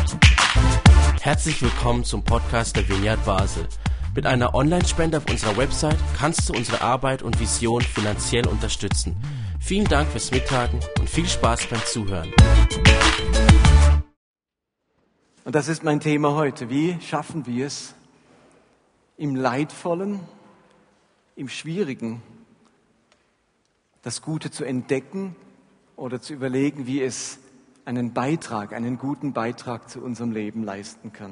Herzlich willkommen zum Podcast der Vineyard Basel. Mit einer Online-Spende auf unserer Website kannst du unsere Arbeit und Vision finanziell unterstützen. Vielen Dank fürs Mittagen und viel Spaß beim Zuhören. Und das ist mein Thema heute. Wie schaffen wir es, im Leidvollen, im Schwierigen, das Gute zu entdecken oder zu überlegen, wie es einen guten Beitrag zu unserem Leben leisten kann.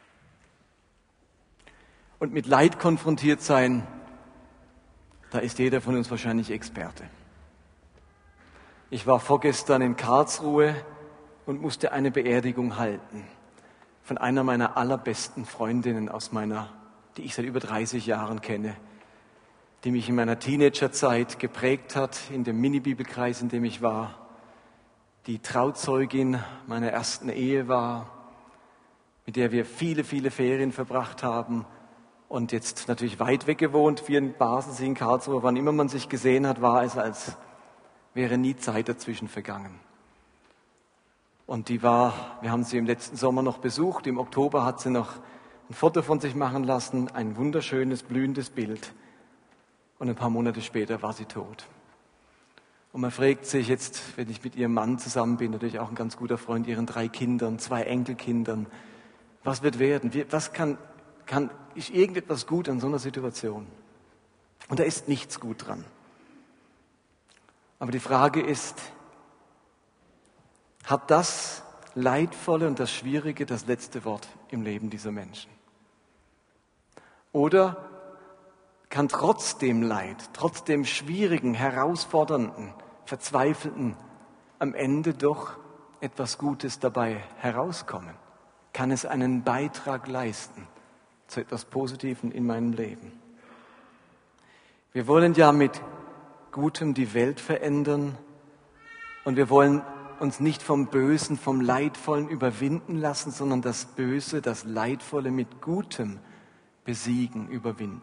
Und mit Leid konfrontiert sein, da ist jeder von uns wahrscheinlich Experte. Ich war vorgestern in Karlsruhe und musste eine Beerdigung halten von einer meiner allerbesten Freundinnen die ich seit über 30 Jahren kenne, die mich in meiner Teenagerzeit geprägt hat, in dem Mini-Bibelkreis, in dem ich war, die Trauzeugin meiner ersten Ehe war, mit der wir viele, viele Ferien verbracht haben und jetzt natürlich weit weg gewohnt, wir in Basel, sie in Karlsruhe. Wann immer man sich gesehen hat, war es, als wäre nie Zeit dazwischen vergangen. Und wir haben sie im letzten Sommer noch besucht, im Oktober hat sie noch ein Foto von sich machen lassen, ein wunderschönes, blühendes Bild. Und ein paar Monate später war sie tot. Und man fragt sich jetzt, wenn ich mit ihrem Mann zusammen bin, natürlich auch ein ganz guter Freund, ihren 3 Kindern, 2 Enkelkindern, was wird werden? Ist irgendetwas gut an so einer Situation? Und da ist nichts gut dran. Aber die Frage ist, hat das Leidvolle und das Schwierige das letzte Wort im Leben dieser Menschen? Oder kann trotzdem Leid, trotzdem Schwierigen, Herausfordernden, Verzweifelten am Ende doch etwas Gutes dabei herauskommen? Kann es einen Beitrag leisten zu etwas Positivem in meinem Leben? Wir wollen ja mit Gutem die Welt verändern und wir wollen uns nicht vom Bösen, vom Leidvollen überwinden lassen, sondern das Böse, das Leidvolle mit Gutem besiegen, überwinden.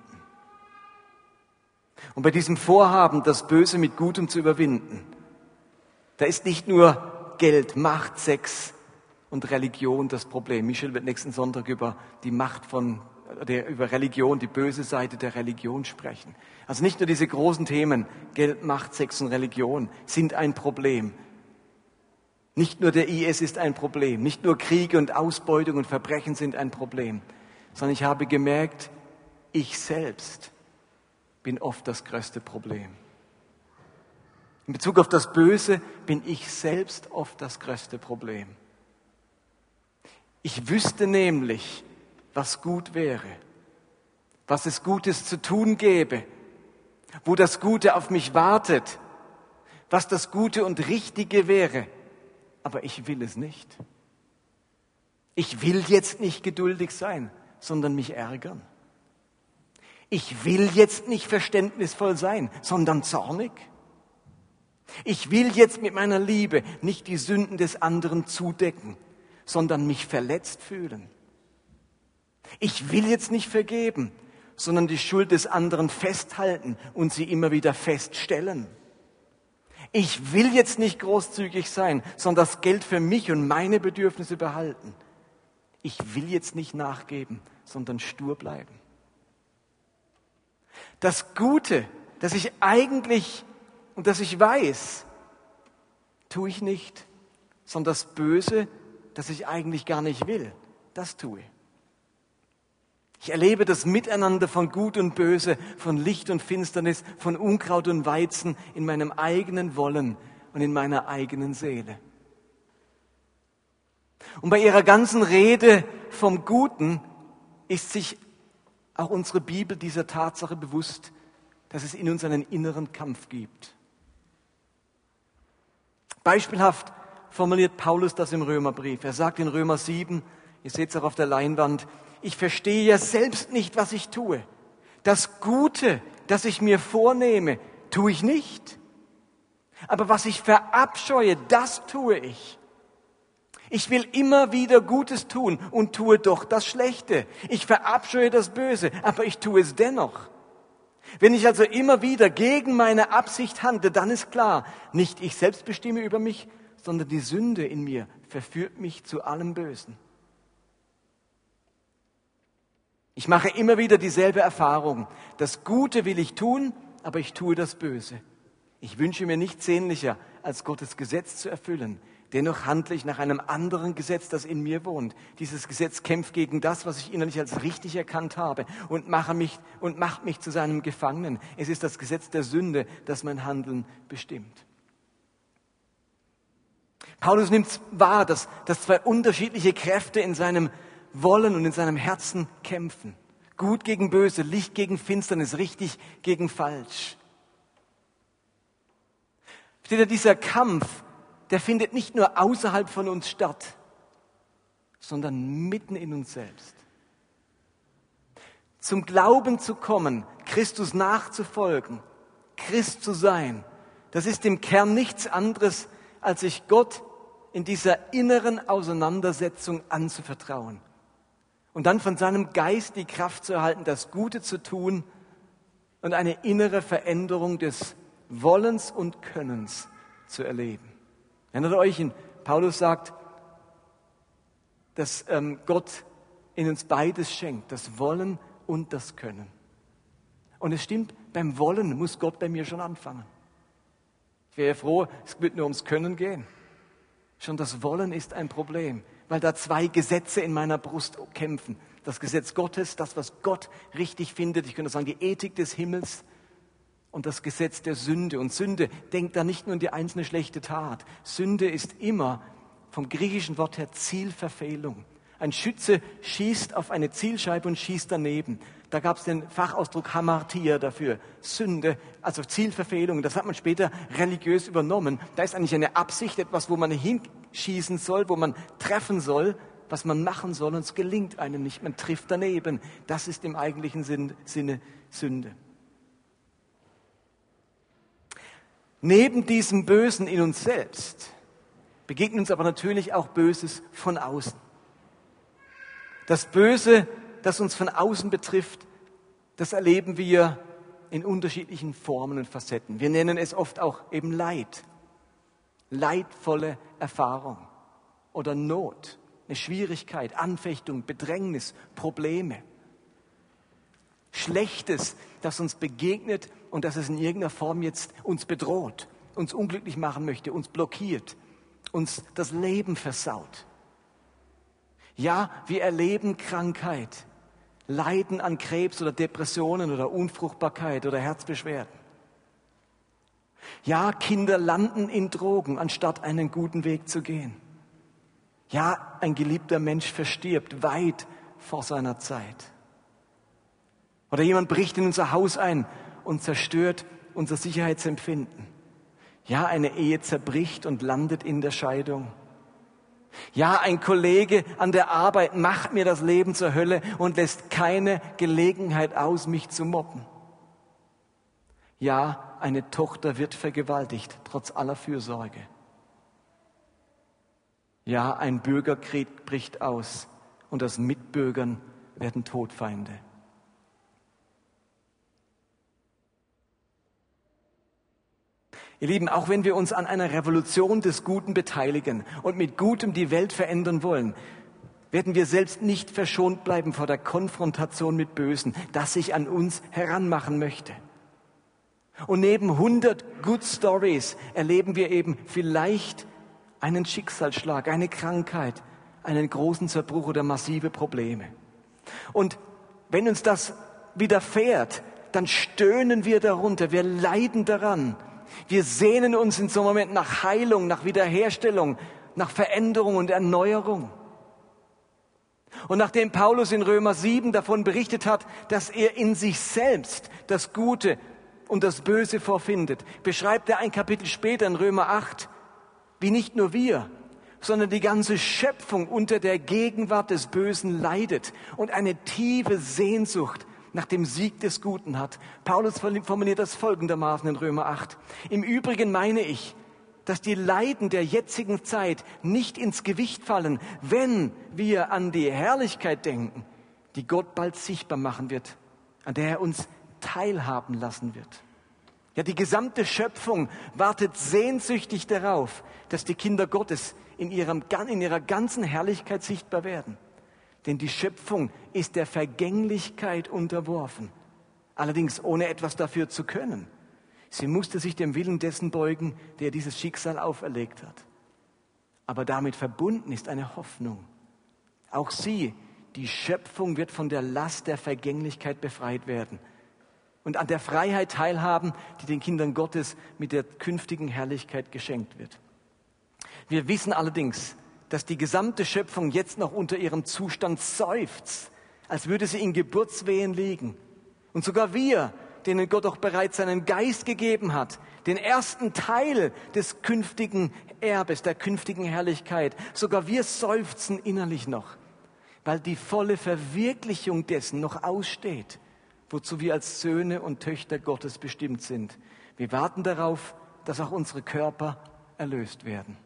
Und bei diesem Vorhaben, das Böse mit Gutem zu überwinden, da ist nicht nur Geld, Macht, Sex und Religion das Problem. Michel wird nächsten Sonntag über über Religion, die böse Seite der Religion sprechen. Also nicht nur diese großen Themen, Geld, Macht, Sex und Religion sind ein Problem. Nicht nur der IS ist ein Problem, nicht nur Kriege und Ausbeutung und Verbrechen sind ein Problem, sondern ich habe gemerkt, ich selbst bin oft das größte Problem. In Bezug auf das Böse bin ich selbst oft das größte Problem. Ich wüsste nämlich, was gut wäre, was es Gutes zu tun gäbe, wo das Gute auf mich wartet, was das Gute und Richtige wäre, aber ich will es nicht. Ich will jetzt nicht geduldig sein, sondern mich ärgern. Ich will jetzt nicht verständnisvoll sein, sondern zornig. Ich will jetzt mit meiner Liebe nicht die Sünden des anderen zudecken, sondern mich verletzt fühlen. Ich will jetzt nicht vergeben, sondern die Schuld des anderen festhalten und sie immer wieder feststellen. Ich will jetzt nicht großzügig sein, sondern das Geld für mich und meine Bedürfnisse behalten. Ich will jetzt nicht nachgeben, sondern stur bleiben. Das Gute, das ich eigentlich und das ich weiß, tue ich nicht, sondern das Böse, das ich eigentlich gar nicht will, das tue ich. Ich erlebe das Miteinander von Gut und Böse, von Licht und Finsternis, von Unkraut und Weizen in meinem eigenen Wollen und in meiner eigenen Seele. Und bei ihrer ganzen Rede vom Guten ist sich auch unsere Bibel dieser Tatsache bewusst, dass es in uns einen inneren Kampf gibt. Beispielhaft formuliert Paulus das im Römerbrief. Er sagt in Römer 7, ihr seht es auch auf der Leinwand, ich verstehe ja selbst nicht, was ich tue. Das Gute, das ich mir vornehme, tue ich nicht. Aber was ich verabscheue, das tue ich. Ich will immer wieder Gutes tun und tue doch das Schlechte. Ich verabscheue das Böse, aber ich tue es dennoch. Wenn ich also immer wieder gegen meine Absicht handle, dann ist klar, nicht ich selbst bestimme über mich, sondern die Sünde in mir verführt mich zu allem Bösen. Ich mache immer wieder dieselbe Erfahrung. Das Gute will ich tun, aber ich tue das Böse. Ich wünsche mir nichts sehnlicher, als Gottes Gesetz zu erfüllen. Dennoch handle ich nach einem anderen Gesetz, das in mir wohnt. Dieses Gesetz kämpft gegen das, was ich innerlich als richtig erkannt habe und macht mich zu seinem Gefangenen. Es ist das Gesetz der Sünde, das mein Handeln bestimmt. Paulus nimmt wahr, dass zwei unterschiedliche Kräfte in seinem Wollen und in seinem Herzen kämpfen. Gut gegen Böse, Licht gegen Finsternis, richtig gegen falsch. Steht da, dieser Kampf, der findet nicht nur außerhalb von uns statt, sondern mitten in uns selbst. Zum Glauben zu kommen, Christus nachzufolgen, Christ zu sein, das ist im Kern nichts anderes, als sich Gott in dieser inneren Auseinandersetzung anzuvertrauen und dann von seinem Geist die Kraft zu erhalten, das Gute zu tun und eine innere Veränderung des Wollens und Könnens zu erleben. Erinnert euch, Paulus sagt, dass Gott in uns beides schenkt, das Wollen und das Können. Und es stimmt, beim Wollen muss Gott bei mir schon anfangen. Ich wäre froh, es wird nur ums Können gehen. Schon das Wollen ist ein Problem, weil da zwei Gesetze in meiner Brust kämpfen. Das Gesetz Gottes, das, was Gott richtig findet, ich könnte sagen, die Ethik des Himmels, und das Gesetz der Sünde. Und Sünde denkt da nicht nur an die einzelne schlechte Tat. Sünde ist immer vom griechischen Wort her Zielverfehlung. Ein Schütze schießt auf eine Zielscheibe und schießt daneben. Da gab es den Fachausdruck Hamartia dafür. Sünde, also Zielverfehlung. Das hat man später religiös übernommen. Da ist eigentlich eine Absicht, etwas, wo man hinschießen soll, wo man treffen soll, was man machen soll, und es gelingt einem nicht. Man trifft daneben. Das ist im eigentlichen Sinne Sünde. Neben diesem Bösen in uns selbst begegnet uns aber natürlich auch Böses von außen. Das Böse, das uns von außen betrifft, das erleben wir in unterschiedlichen Formen und Facetten. Wir nennen es oft auch eben Leid, leidvolle Erfahrung oder Not, eine Schwierigkeit, Anfechtung, Bedrängnis, Probleme. Schlechtes, das uns begegnet und das es in irgendeiner Form jetzt uns bedroht, uns unglücklich machen möchte, uns blockiert, uns das Leben versaut. Ja, wir erleben Krankheit, Leiden an Krebs oder Depressionen oder Unfruchtbarkeit oder Herzbeschwerden. Ja, Kinder landen in Drogen, anstatt einen guten Weg zu gehen. Ja, ein geliebter Mensch verstirbt weit vor seiner Zeit. Oder jemand bricht in unser Haus ein und zerstört unser Sicherheitsempfinden. Ja, eine Ehe zerbricht und landet in der Scheidung. Ja, ein Kollege an der Arbeit macht mir das Leben zur Hölle und lässt keine Gelegenheit aus, mich zu mobben. Ja, eine Tochter wird vergewaltigt, trotz aller Fürsorge. Ja, ein Bürgerkrieg bricht aus und aus Mitbürgern werden Todfeinde. Ihr Lieben, auch wenn wir uns an einer Revolution des Guten beteiligen und mit Gutem die Welt verändern wollen, werden wir selbst nicht verschont bleiben vor der Konfrontation mit Bösen, das sich an uns heranmachen möchte. Und neben 100 Good Stories erleben wir eben vielleicht einen Schicksalsschlag, eine Krankheit, einen großen Zerbruch oder massive Probleme. Und wenn uns das widerfährt, dann stöhnen wir darunter, wir leiden daran. Wir sehnen uns in so einem Moment nach Heilung, nach Wiederherstellung, nach Veränderung und Erneuerung. Und nachdem Paulus in Römer 7 davon berichtet hat, dass er in sich selbst das Gute und das Böse vorfindet, beschreibt er ein Kapitel später in Römer 8, wie nicht nur wir, sondern die ganze Schöpfung unter der Gegenwart des Bösen leidet und eine tiefe Sehnsucht nach dem Sieg des Guten hat. Paulus formuliert das folgendermaßen in Römer 8. Im Übrigen meine ich, dass die Leiden der jetzigen Zeit nicht ins Gewicht fallen, wenn wir an die Herrlichkeit denken, die Gott bald sichtbar machen wird, an der er uns teilhaben lassen wird. Ja, die gesamte Schöpfung wartet sehnsüchtig darauf, dass die Kinder Gottes in ihrer ganzen Herrlichkeit sichtbar werden. Denn die Schöpfung ist der Vergänglichkeit unterworfen, allerdings ohne etwas dafür zu können. Sie musste sich dem Willen dessen beugen, der dieses Schicksal auferlegt hat. Aber damit verbunden ist eine Hoffnung. Auch sie, die Schöpfung, wird von der Last der Vergänglichkeit befreit werden und an der Freiheit teilhaben, die den Kindern Gottes mit der künftigen Herrlichkeit geschenkt wird. Wir wissen allerdings, dass die gesamte Schöpfung jetzt noch unter ihrem Zustand seufzt, als würde sie in Geburtswehen liegen. Und sogar wir, denen Gott auch bereits seinen Geist gegeben hat, den ersten Teil des künftigen Erbes, der künftigen Herrlichkeit, sogar wir seufzen innerlich noch, weil die volle Verwirklichung dessen noch aussteht, wozu wir als Söhne und Töchter Gottes bestimmt sind. Wir warten darauf, dass auch unsere Körper erlöst werden.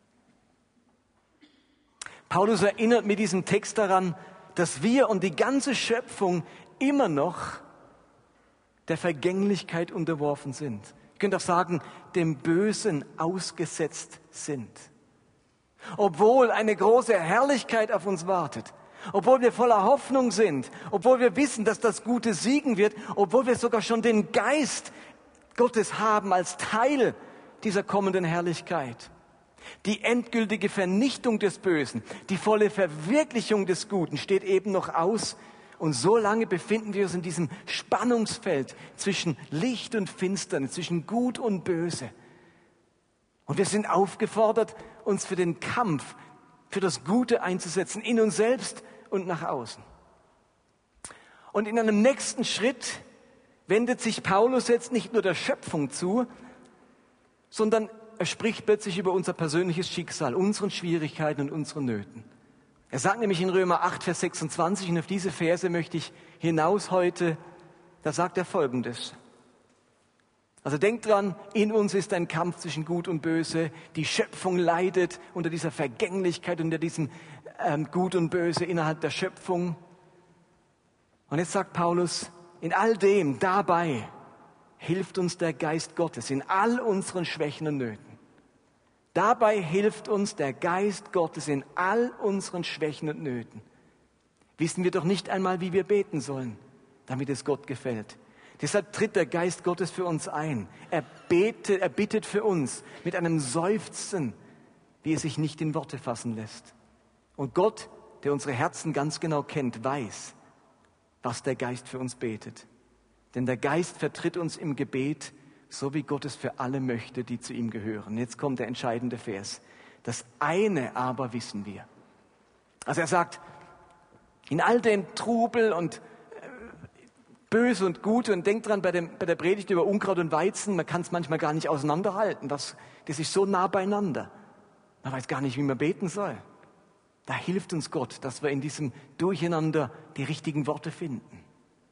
Paulus erinnert mit diesem Text daran, dass wir und die ganze Schöpfung immer noch der Vergänglichkeit unterworfen sind. Ich könnte auch sagen, dem Bösen ausgesetzt sind. Obwohl eine große Herrlichkeit auf uns wartet, obwohl wir voller Hoffnung sind, obwohl wir wissen, dass das Gute siegen wird, obwohl wir sogar schon den Geist Gottes haben als Teil dieser kommenden Herrlichkeit. Die endgültige Vernichtung des Bösen, die volle Verwirklichung des Guten steht eben noch aus. Und so lange befinden wir uns in diesem Spannungsfeld zwischen Licht und Finsternis, zwischen Gut und Böse. Und wir sind aufgefordert, uns für den Kampf, für das Gute einzusetzen, in uns selbst und nach außen. Und in einem nächsten Schritt wendet sich Paulus jetzt nicht nur der Schöpfung zu, sondern er spricht plötzlich über unser persönliches Schicksal, unseren Schwierigkeiten und unseren Nöten. Er sagt nämlich in Römer 8, Vers 26, und auf diese Verse möchte ich hinaus heute, da sagt er Folgendes. Also denkt dran, in uns ist ein Kampf zwischen Gut und Böse. Die Schöpfung leidet unter dieser Vergänglichkeit, unter diesem Gut und Böse innerhalb der Schöpfung. Und jetzt sagt Paulus, in all dem, dabei hilft uns der Geist Gottes, in all unseren Schwächen und Nöten. Dabei hilft uns der Geist Gottes in all unseren Schwächen und Nöten. Wissen wir doch nicht einmal, wie wir beten sollen, damit es Gott gefällt. Deshalb tritt der Geist Gottes für uns ein. Er bittet für uns mit einem Seufzen, wie es sich nicht in Worte fassen lässt. Und Gott, der unsere Herzen ganz genau kennt, weiß, was der Geist für uns betet. Denn der Geist vertritt uns im Gebet, so wie Gott es für alle möchte, die zu ihm gehören. Jetzt kommt der entscheidende Vers. Das eine aber wissen wir. Also er sagt, in all dem Trubel und Böse und Gute, und denkt dran, bei der Predigt über Unkraut und Weizen, man kann es manchmal gar nicht auseinanderhalten. Das ist so nah beieinander. Man weiß gar nicht, wie man beten soll. Da hilft uns Gott, dass wir in diesem Durcheinander die richtigen Worte finden.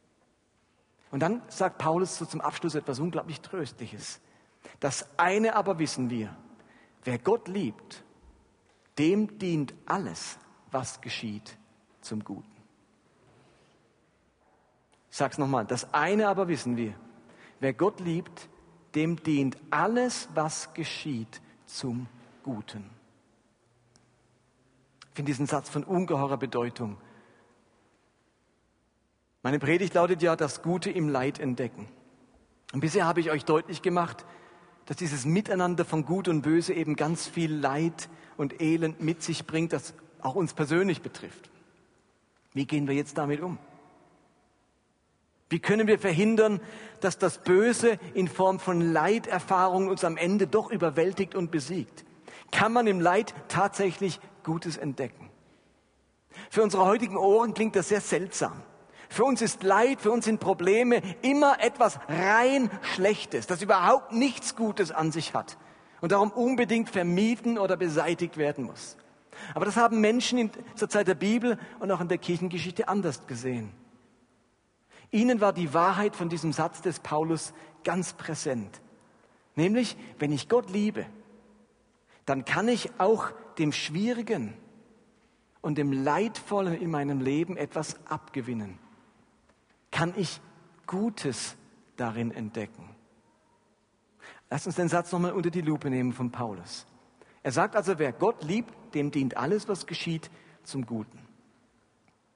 Und dann sagt Paulus so zum Abschluss etwas unglaublich Tröstliches. Das eine aber wissen wir, wer Gott liebt, dem dient alles, was geschieht, zum Guten. Ich sag's nochmal, das eine aber wissen wir, wer Gott liebt, dem dient alles, was geschieht, zum Guten. Ich finde diesen Satz von ungeheurer Bedeutung. Meine Predigt lautet ja, das Gute im Leid entdecken. Und bisher habe ich euch deutlich gemacht, dass dieses Miteinander von Gut und Böse eben ganz viel Leid und Elend mit sich bringt, das auch uns persönlich betrifft. Wie gehen wir jetzt damit um? Wie können wir verhindern, dass das Böse in Form von Leiterfahrungen uns am Ende doch überwältigt und besiegt? Kann man im Leid tatsächlich Gutes entdecken? Für unsere heutigen Ohren klingt das sehr seltsam. Für uns ist Leid, für uns sind Probleme immer etwas rein Schlechtes, das überhaupt nichts Gutes an sich hat und darum unbedingt vermieden oder beseitigt werden muss. Aber das haben Menschen zur Zeit der Bibel und auch in der Kirchengeschichte anders gesehen. Ihnen war die Wahrheit von diesem Satz des Paulus ganz präsent. Nämlich, wenn ich Gott liebe, dann kann ich auch dem Schwierigen und dem Leidvollen in meinem Leben etwas abgewinnen. Kann ich Gutes darin entdecken. Lasst uns den Satz nochmal unter die Lupe nehmen von Paulus. Er sagt also, wer Gott liebt, dem dient alles, was geschieht, zum Guten.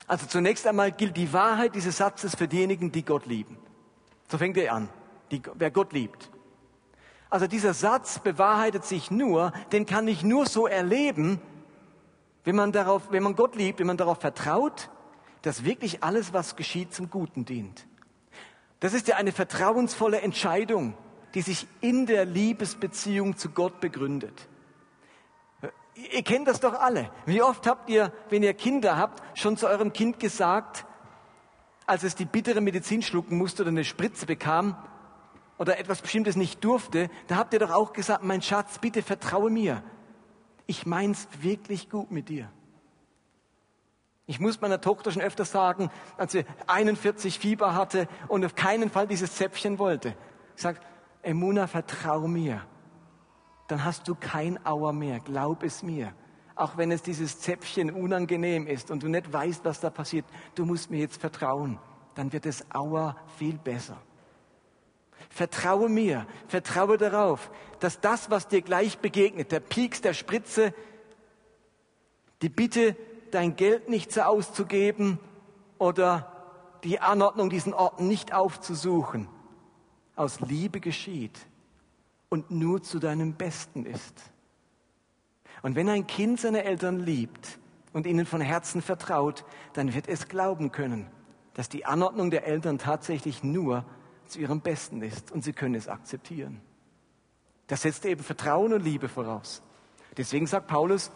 Also zunächst einmal gilt die Wahrheit dieses Satzes für diejenigen, die Gott lieben. So fängt er an, wer Gott liebt. Also dieser Satz bewahrheitet sich nur, den kann ich nur so erleben, wenn man Gott liebt, wenn man darauf vertraut, dass wirklich alles, was geschieht, zum Guten dient. Das ist ja eine vertrauensvolle Entscheidung, die sich in der Liebesbeziehung zu Gott begründet. Ihr kennt das doch alle. Wie oft habt ihr, wenn ihr Kinder habt, schon zu eurem Kind gesagt, als es die bittere Medizin schlucken musste oder eine Spritze bekam oder etwas Bestimmtes nicht durfte, da habt ihr doch auch gesagt, mein Schatz, bitte vertraue mir. Ich mein's wirklich gut mit dir. Ich muss meiner Tochter schon öfter sagen, als sie 41 Fieber hatte und auf keinen Fall dieses Zäpfchen wollte. Ich sage, Emuna, vertrau mir. Dann hast du kein Auer mehr, glaub es mir. Auch wenn es dieses Zäpfchen unangenehm ist und du nicht weißt, was da passiert, du musst mir jetzt vertrauen. Dann wird das Auer viel besser. Vertraue mir, vertraue darauf, dass das, was dir gleich begegnet, der Pieks der Spritze, die Bitte, dein Geld nicht so auszugeben oder die Anordnung, diesen Ort nicht aufzusuchen, aus Liebe geschieht und nur zu deinem Besten ist. Und wenn ein Kind seine Eltern liebt und ihnen von Herzen vertraut, dann wird es glauben können, dass die Anordnung der Eltern tatsächlich nur zu ihrem Besten ist und sie können es akzeptieren. Das setzt eben Vertrauen und Liebe voraus. Deswegen sagt Paulus,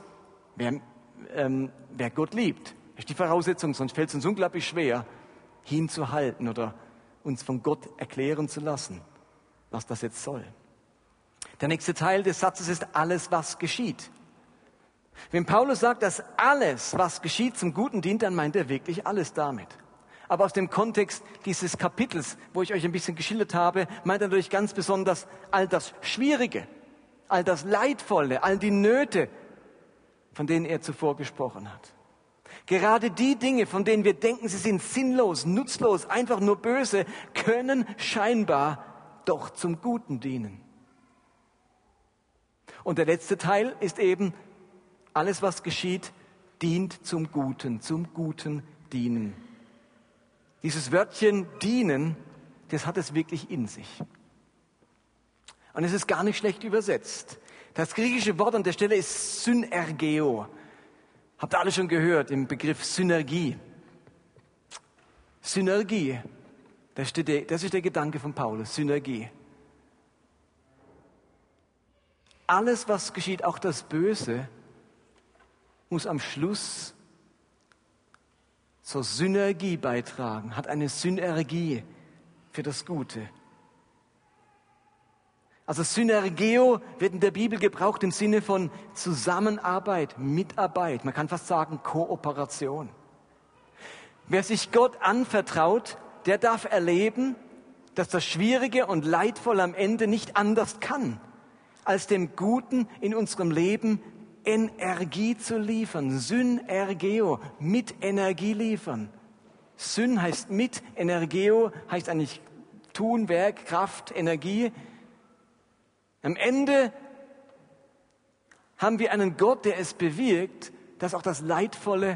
wer Gott liebt, ist die Voraussetzung, sonst fällt es uns unglaublich schwer, hinzuhalten oder uns von Gott erklären zu lassen, was das jetzt soll. Der nächste Teil des Satzes ist alles, was geschieht. Wenn Paulus sagt, dass alles, was geschieht, zum Guten dient, dann meint er wirklich alles damit. Aber aus dem Kontext dieses Kapitels, wo ich euch ein bisschen geschildert habe, meint er natürlich ganz besonders all das Schwierige, all das Leidvolle, all die Nöte, von denen er zuvor gesprochen hat. Gerade die Dinge, von denen wir denken, sie sind sinnlos, nutzlos, einfach nur böse, können scheinbar doch zum Guten dienen. Und der letzte Teil ist eben, alles was geschieht, dient zum Guten dienen. Dieses Wörtchen dienen, das hat es wirklich in sich. Und es ist gar nicht schlecht übersetzt. Das griechische Wort an der Stelle ist Synergeo. Habt ihr alle schon gehört im Begriff Synergie? Synergie, das ist der Gedanke von Paulus, Synergie. Alles, was geschieht, auch das Böse, muss am Schluss zur Synergie beitragen, hat eine Synergie für das Gute. Also Synergeo wird in der Bibel gebraucht im Sinne von Zusammenarbeit, Mitarbeit. Man kann fast sagen Kooperation. Wer sich Gott anvertraut, der darf erleben, dass das Schwierige und Leidvolle am Ende nicht anders kann, als dem Guten in unserem Leben Energie zu liefern. Synergeo, mit Energie liefern. Syn heißt mit, Energeo heißt eigentlich tun, Werk, Kraft, Energie. Am Ende haben wir einen Gott, der es bewirkt, dass auch das Leidvolle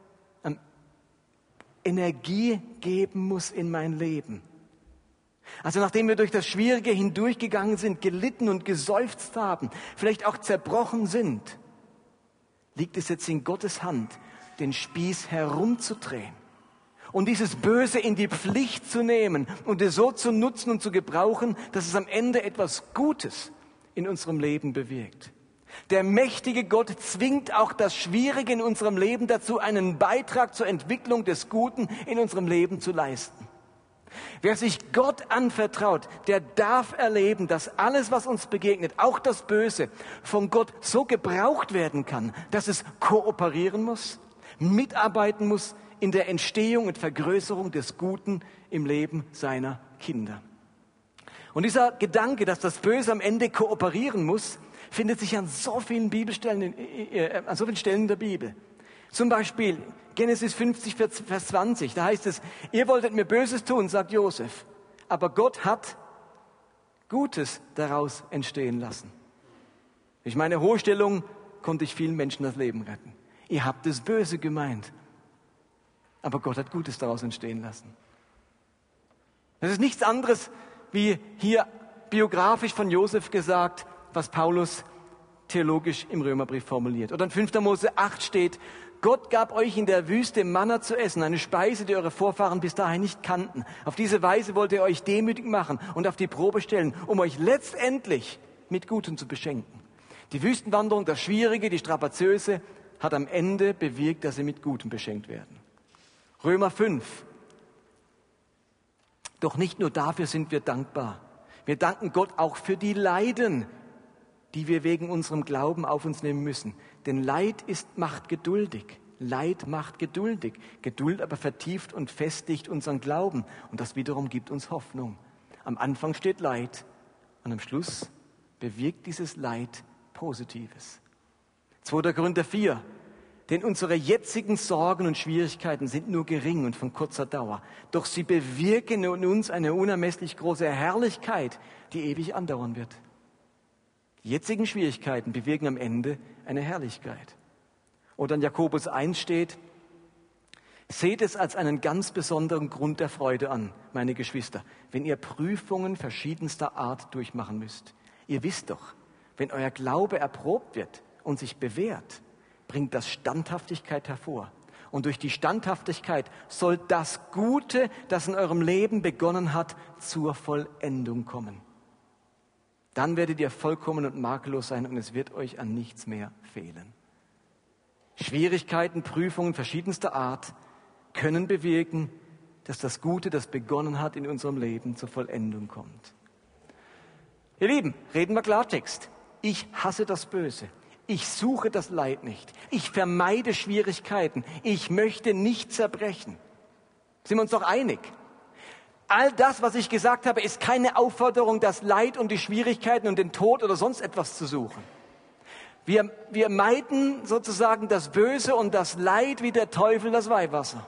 Energie geben muss in mein Leben. Also nachdem wir durch das Schwierige hindurchgegangen sind, gelitten und geseufzt haben, vielleicht auch zerbrochen sind, liegt es jetzt in Gottes Hand, den Spieß herumzudrehen und dieses Böse in die Pflicht zu nehmen und es so zu nutzen und zu gebrauchen, dass es am Ende etwas Gutes in unserem Leben bewirkt. Der mächtige Gott zwingt auch das Schwierige in unserem Leben dazu, einen Beitrag zur Entwicklung des Guten in unserem Leben zu leisten. Wer sich Gott anvertraut, der darf erleben, dass alles, was uns begegnet, auch das Böse, von Gott so gebraucht werden kann, dass es kooperieren muss, mitarbeiten muss in der Entstehung und Vergrößerung des Guten im Leben seiner Kinder. Und dieser Gedanke, dass das Böse am Ende kooperieren muss, findet sich an so vielen Bibelstellen, an so vielen Stellen in der Bibel. Zum Beispiel Genesis 50, Vers 20, da heißt es, ihr wolltet mir Böses tun, sagt Josef, aber Gott hat Gutes daraus entstehen lassen. Durch meine hohe Stellung konnte ich vielen Menschen das Leben retten. Ihr habt das Böse gemeint, Aber Gott hat Gutes daraus entstehen lassen. Das ist nichts anderes, wie hier biografisch von Josef gesagt, was Paulus theologisch im Römerbrief formuliert. Oder in 5. Mose 8 steht, Gott gab euch in der Wüste Manna zu essen, eine Speise, die eure Vorfahren bis dahin nicht kannten. Auf diese Weise wollte er euch demütig machen und auf die Probe stellen, um euch letztendlich mit Gutem zu beschenken. Die Wüstenwanderung, das Schwierige, die Strapaziöse, hat am Ende bewirkt, dass sie mit Gutem beschenkt werden. Römer 5. Doch nicht nur dafür sind wir dankbar. Wir danken Gott auch für die Leiden, die wir wegen unserem Glauben auf uns nehmen müssen. Denn Leid macht geduldig. Leid macht geduldig. Geduld aber vertieft und festigt unseren Glauben. Und das wiederum gibt uns Hoffnung. Am Anfang steht Leid und am Schluss bewirkt dieses Leid Positives. 2. Korinther 4. Denn unsere jetzigen Sorgen und Schwierigkeiten sind nur gering und von kurzer Dauer. Doch sie bewirken in uns eine unermesslich große Herrlichkeit, die ewig andauern wird. Die jetzigen Schwierigkeiten bewirken am Ende eine Herrlichkeit. Oder in Jakobus 1 steht, seht es als einen ganz besonderen Grund der Freude an, meine Geschwister, wenn ihr Prüfungen verschiedenster Art durchmachen müsst. Ihr wisst doch, wenn euer Glaube erprobt wird und sich bewährt, bringt das Standhaftigkeit hervor. Und durch die Standhaftigkeit soll das Gute, das in eurem Leben begonnen hat, zur Vollendung kommen. Dann werdet ihr vollkommen und makellos sein und es wird euch an nichts mehr fehlen. Schwierigkeiten, Prüfungen verschiedenster Art können bewirken, dass das Gute, das begonnen hat in unserem Leben, zur Vollendung kommt. Ihr Lieben, reden wir Klartext. Ich hasse das Böse. Ich suche das Leid nicht. Ich vermeide Schwierigkeiten. Ich möchte nicht zerbrechen. Sind wir uns doch einig? All das, was ich gesagt habe, ist keine Aufforderung, das Leid und die Schwierigkeiten und den Tod oder sonst etwas zu suchen. Wir meiden sozusagen das Böse und das Leid wie der Teufel das Weihwasser.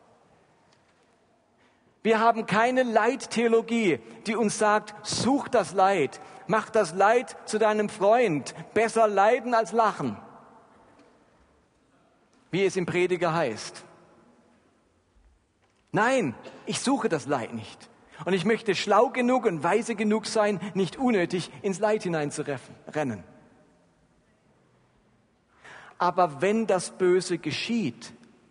Wir haben keine Leidtheologie, die uns sagt, such das Leid, mach das Leid zu deinem Freund, besser leiden als lachen, wie es im Prediger heißt. Nein, ich suche das Leid nicht. Und ich möchte schlau genug und weise genug sein, nicht unnötig ins Leid hineinzurennen. Aber wenn das Böse geschieht,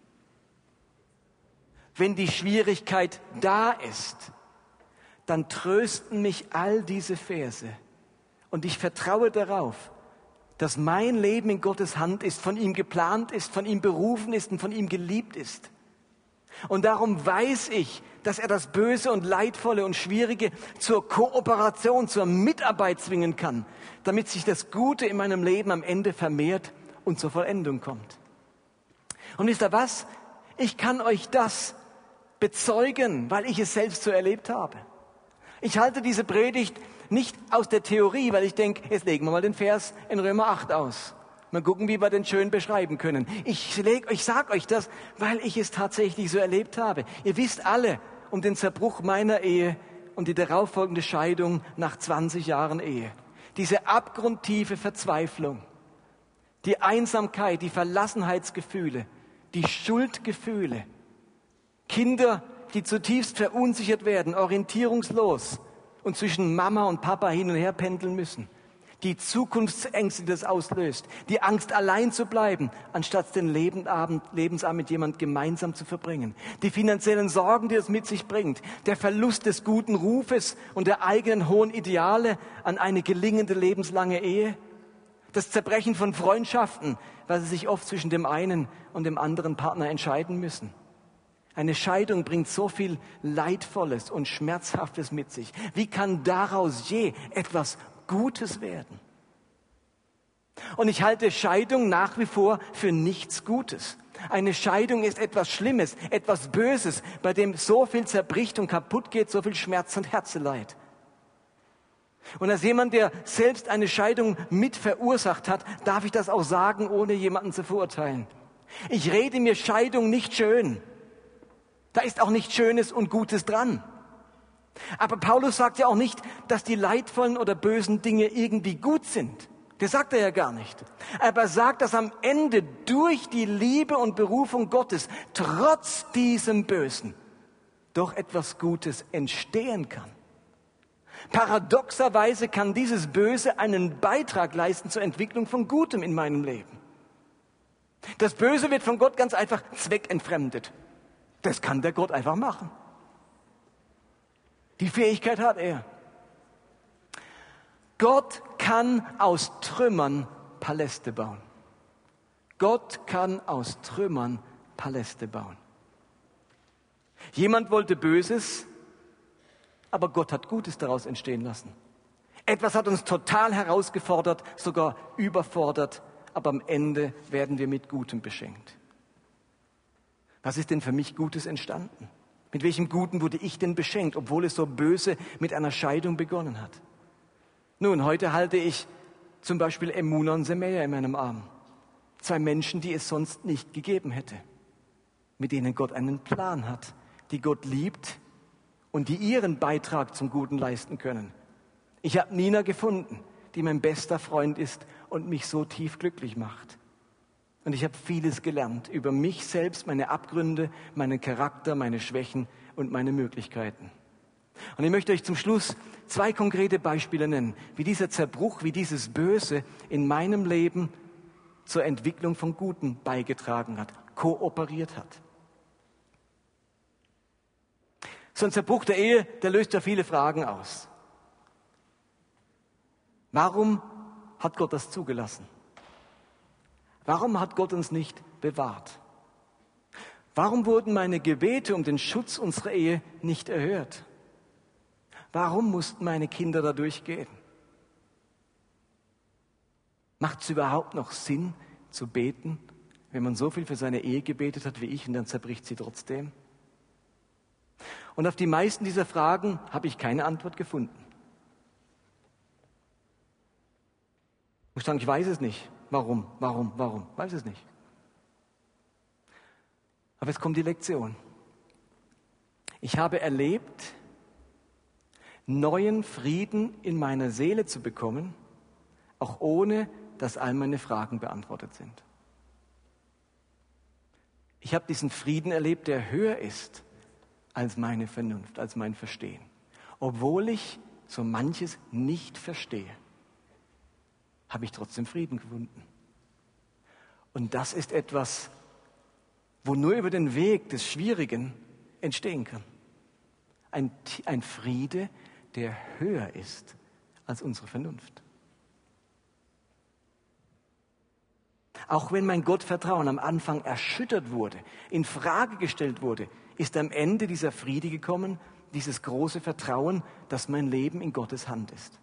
wenn die Schwierigkeit da ist, dann trösten mich all diese Verse. Und ich vertraue darauf, dass mein Leben in Gottes Hand ist, von ihm geplant ist, von ihm berufen ist und von ihm geliebt ist. Und darum weiß ich, dass er das Böse und Leidvolle und Schwierige zur Kooperation, zur Mitarbeit zwingen kann, damit sich das Gute in meinem Leben am Ende vermehrt und zur Vollendung kommt. Und wisst ihr was? Ich kann euch das bezeugen, weil ich es selbst so erlebt habe. Ich halte diese Predigt nicht aus der Theorie, weil ich denke, jetzt legen wir mal den Vers in Römer 8 aus. Mal gucken, wie wir den schön beschreiben können. Ich sage euch das, weil ich es tatsächlich so erlebt habe. Ihr wisst alle um den Zerbruch meiner Ehe und die darauffolgende Scheidung nach 20 Jahren Ehe. Diese abgrundtiefe Verzweiflung, die Einsamkeit, die Verlassenheitsgefühle, die Schuldgefühle, Kinder, die zutiefst verunsichert werden, orientierungslos und zwischen Mama und Papa hin und her pendeln müssen. Die Zukunftsängste, die das auslöst. Die Angst, allein zu bleiben, anstatt den Lebensabend mit jemand gemeinsam zu verbringen. Die finanziellen Sorgen, die es mit sich bringt. Der Verlust des guten Rufes und der eigenen hohen Ideale an eine gelingende lebenslange Ehe. Das Zerbrechen von Freundschaften, weil sie sich oft zwischen dem einen und dem anderen Partner entscheiden müssen. Eine Scheidung bringt so viel Leidvolles und Schmerzhaftes mit sich. Wie kann daraus je etwas Gutes werden? Und ich halte Scheidung nach wie vor für nichts Gutes. Eine Scheidung ist etwas Schlimmes, etwas Böses, bei dem so viel zerbricht und kaputt geht, so viel Schmerz und Herzeleid. Und als jemand, der selbst eine Scheidung mit verursacht hat, darf ich das auch sagen, ohne jemanden zu verurteilen. Ich rede mir Scheidung nicht schön. Da ist auch nichts Schönes und Gutes dran. Aber Paulus sagt ja auch nicht, dass die leidvollen oder bösen Dinge irgendwie gut sind Das sagt er ja gar nicht. Aber er sagt, dass am Ende durch die Liebe und Berufung Gottes trotz diesem Bösen doch etwas Gutes entstehen kann. Paradoxerweise kann dieses Böse einen Beitrag leisten zur Entwicklung von Gutem in meinem Leben. Das Böse wird von Gott ganz einfach zweckentfremdet. Das kann der Gott einfach machen. Die Fähigkeit hat er. Gott kann aus Trümmern Paläste bauen. Gott kann aus Trümmern Paläste bauen. Jemand wollte Böses, aber Gott hat Gutes daraus entstehen lassen. Etwas hat uns total herausgefordert, sogar überfordert, aber am Ende werden wir mit Gutem beschenkt. Was ist denn für mich Gutes entstanden? Mit welchem Guten wurde ich denn beschenkt, obwohl es so böse mit einer Scheidung begonnen hat? Nun, heute halte ich zum Beispiel Emuna und Semeja in meinem Arm. 2 Menschen, die es sonst nicht gegeben hätte. Mit denen Gott einen Plan hat, die Gott liebt und die ihren Beitrag zum Guten leisten können. Ich habe Nina gefunden, die mein bester Freund ist und mich so tief glücklich macht. Und ich habe vieles gelernt über mich selbst, meine Abgründe, meinen Charakter, meine Schwächen und meine Möglichkeiten. Und ich möchte euch zum Schluss 2 konkrete Beispiele nennen, wie dieser Zerbruch, wie dieses Böse in meinem Leben zur Entwicklung von Guten beigetragen hat, kooperiert hat. So ein Zerbruch der Ehe, der löst ja viele Fragen aus. Warum hat Gott das zugelassen? Warum hat Gott uns nicht bewahrt? Warum wurden meine Gebete um den Schutz unserer Ehe nicht erhört? Warum mussten meine Kinder da durchgehen? Macht es überhaupt noch Sinn zu beten, wenn man so viel für seine Ehe gebetet hat wie ich und dann zerbricht sie trotzdem? Und auf die meisten dieser Fragen habe ich keine Antwort gefunden. Ich muss sagen, ich weiß es nicht. Warum? Weiß es nicht. Aber jetzt kommt die Lektion. Ich habe erlebt, neuen Frieden in meiner Seele zu bekommen, auch ohne, dass all meine Fragen beantwortet sind. Ich habe diesen Frieden erlebt, der höher ist als meine Vernunft, als mein Verstehen. Obwohl ich so manches nicht verstehe, habe ich trotzdem Frieden gefunden. Und das ist etwas, wo nur über den Weg des Schwierigen entstehen kann. Ein Friede, der höher ist als unsere Vernunft. Auch wenn mein Gottvertrauen am Anfang erschüttert wurde, in Frage gestellt wurde, ist am Ende dieser Friede gekommen, dieses große Vertrauen, dass mein Leben in Gottes Hand ist.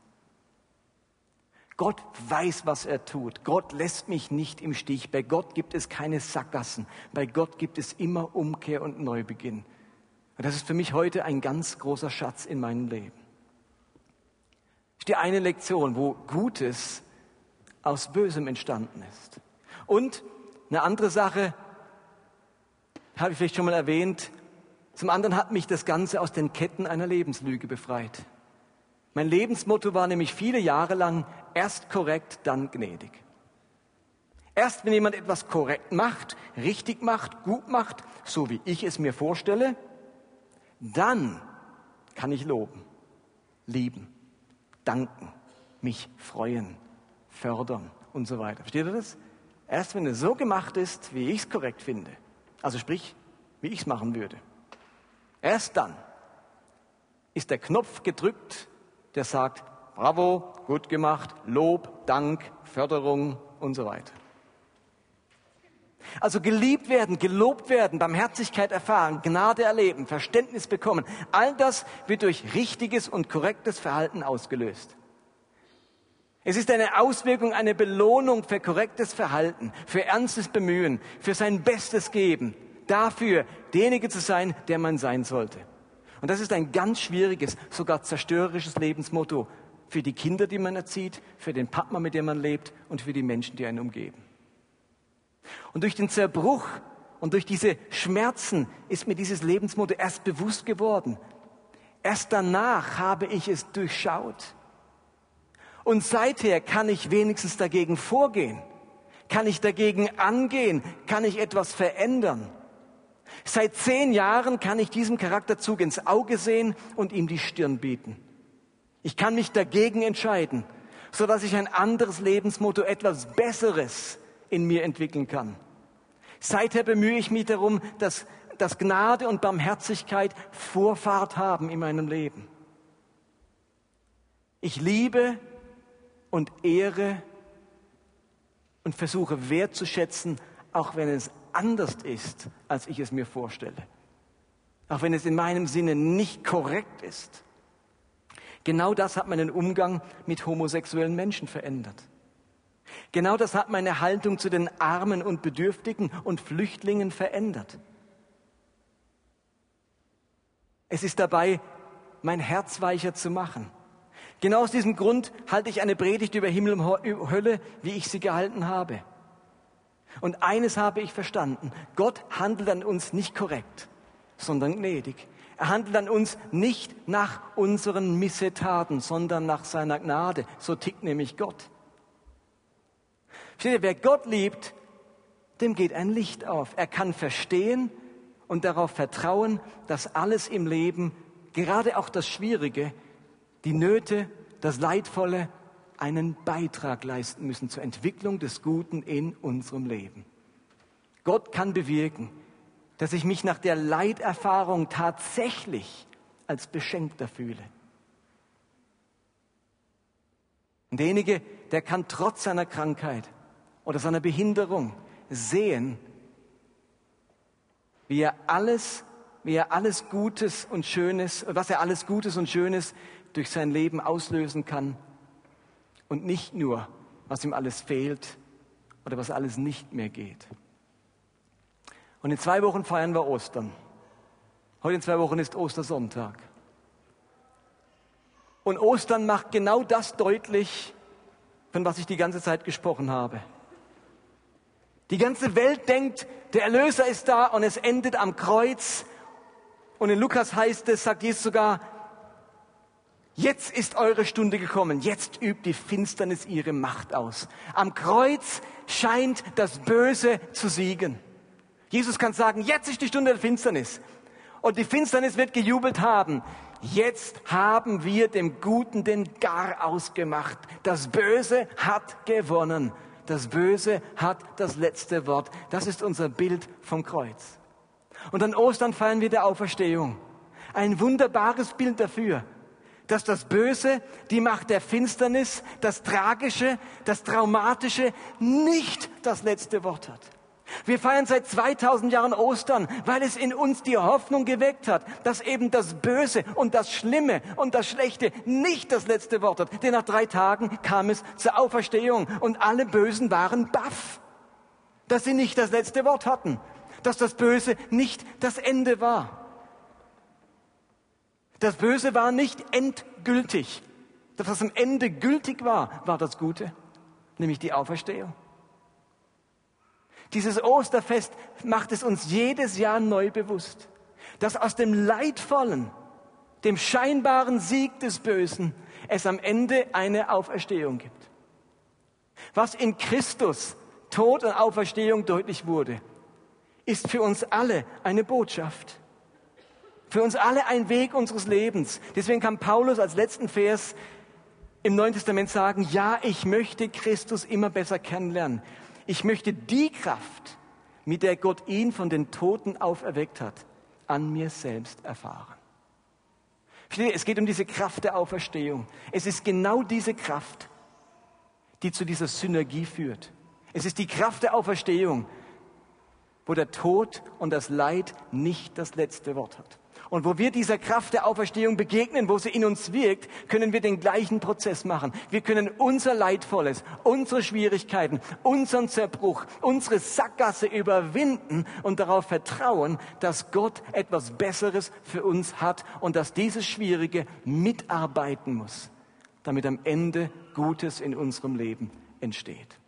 Gott weiß, was er tut. Gott lässt mich nicht im Stich. Bei Gott gibt es keine Sackgassen. Bei Gott gibt es immer Umkehr und Neubeginn. Und das ist für mich heute ein ganz großer Schatz in meinem Leben. Das ist die eine Lektion, wo Gutes aus Bösem entstanden ist. Und eine andere Sache, habe ich vielleicht schon mal erwähnt, zum anderen hat mich das Ganze aus den Ketten einer Lebenslüge befreit. Mein Lebensmotto war nämlich viele Jahre lang, erst korrekt, dann gnädig. Erst wenn jemand etwas korrekt macht, richtig macht, gut macht, so wie ich es mir vorstelle, dann kann ich loben, lieben, danken, mich freuen, fördern und so weiter. Versteht ihr das? Erst wenn es so gemacht ist, wie ich es korrekt finde, also sprich, wie ich es machen würde, erst dann ist der Knopf gedrückt, der sagt, bravo, gut gemacht, Lob, Dank, Förderung und so weiter. Also geliebt werden, gelobt werden, Barmherzigkeit erfahren, Gnade erleben, Verständnis bekommen, all das wird durch richtiges und korrektes Verhalten ausgelöst. Es ist eine Auswirkung, eine Belohnung für korrektes Verhalten, für ernstes Bemühen, für sein Bestes geben, dafür derjenige zu sein, der man sein sollte. Und das ist ein ganz schwieriges, sogar zerstörerisches Lebensmotto für die Kinder, die man erzieht, für den Partner, mit dem man lebt und für die Menschen, die einen umgeben. Und durch den Zerbruch und durch diese Schmerzen ist mir dieses Lebensmotto erst bewusst geworden. Erst danach habe ich es durchschaut. Und seither kann ich wenigstens dagegen vorgehen. Kann ich dagegen angehen? Kann ich etwas verändern? Seit 10 Jahren kann ich diesem Charakterzug ins Auge sehen und ihm die Stirn bieten. Ich kann mich dagegen entscheiden, sodass ich ein anderes Lebensmotto, etwas Besseres in mir entwickeln kann. Seither bemühe ich mich darum, dass Gnade und Barmherzigkeit Vorfahrt haben in meinem Leben. Ich liebe und ehre und versuche wertzuschätzen, auch wenn es anders ist, als ich es mir vorstelle. Auch wenn es in meinem Sinne nicht korrekt ist. Genau das hat meinen Umgang mit homosexuellen Menschen verändert. Genau das hat meine Haltung zu den Armen und Bedürftigen und Flüchtlingen verändert. Es ist dabei, mein Herz weicher zu machen. Genau aus diesem Grund halte ich eine Predigt über Himmel und Hölle, wie ich sie gehalten habe. Und eines habe ich verstanden: Gott handelt an uns nicht korrekt, sondern gnädig. Er handelt an uns nicht nach unseren Missetaten, sondern nach seiner Gnade. So tickt nämlich Gott. Versteht ihr, wer Gott liebt, dem geht ein Licht auf. Er kann verstehen und darauf vertrauen, dass alles im Leben, gerade auch das Schwierige, die Nöte, das Leidvolle, einen Beitrag leisten müssen zur Entwicklung des Guten in unserem Leben. Gott kann bewirken, dass ich mich nach der Leiterfahrung tatsächlich als Beschenkter fühle. Und derjenige, der kann trotz seiner Krankheit oder seiner Behinderung sehen, was er alles Gutes und Schönes durch sein Leben auslösen kann und nicht nur, was ihm alles fehlt oder was alles nicht mehr geht. Und in 2 Wochen feiern wir Ostern. Heute in 2 Wochen ist Ostersonntag. Und Ostern macht genau das deutlich, von was ich die ganze Zeit gesprochen habe. Die ganze Welt denkt, der Erlöser ist da und es endet am Kreuz. Und in Lukas heißt es, sagt Jesus sogar, jetzt ist eure Stunde gekommen, jetzt übt die Finsternis ihre Macht aus. Am Kreuz scheint das Böse zu siegen. Jesus kann sagen, jetzt ist die Stunde der Finsternis. Und die Finsternis wird gejubelt haben. Jetzt haben wir dem Guten den Gar ausgemacht. Das Böse hat gewonnen. Das Böse hat das letzte Wort. Das ist unser Bild vom Kreuz. Und an Ostern feiern wir der Auferstehung. Ein wunderbares Bild dafür, dass das Böse, die Macht der Finsternis, das Tragische, das Traumatische nicht das letzte Wort hat. Wir feiern seit 2000 Jahren Ostern, weil es in uns die Hoffnung geweckt hat, dass eben das Böse und das Schlimme und das Schlechte nicht das letzte Wort hat. Denn nach 3 Tagen kam es zur Auferstehung und alle Bösen waren baff, dass sie nicht das letzte Wort hatten, dass das Böse nicht das Ende war. Das Böse war nicht endgültig. Das, was am Ende gültig war, war das Gute, nämlich die Auferstehung. Dieses Osterfest macht es uns jedes Jahr neu bewusst, dass aus dem Leidvollen, dem scheinbaren Sieg des Bösen, es am Ende eine Auferstehung gibt. Was in Christus Tod und Auferstehung deutlich wurde, ist für uns alle eine Botschaft. Für uns alle ein Weg unseres Lebens. Deswegen kann Paulus als letzten Vers im Neuen Testament sagen, ja, ich möchte Christus immer besser kennenlernen. Ich möchte die Kraft, mit der Gott ihn von den Toten auferweckt hat, an mir selbst erfahren. Es geht um diese Kraft der Auferstehung. Es ist genau diese Kraft, die zu dieser Synergie führt. Es ist die Kraft der Auferstehung, wo der Tod und das Leid nicht das letzte Wort hat. Und wo wir dieser Kraft der Auferstehung begegnen, wo sie in uns wirkt, können wir den gleichen Prozess machen. Wir können unser Leidvolles, unsere Schwierigkeiten, unseren Zerbruch, unsere Sackgasse überwinden und darauf vertrauen, dass Gott etwas Besseres für uns hat und dass dieses Schwierige mitarbeiten muss, damit am Ende Gutes in unserem Leben entsteht.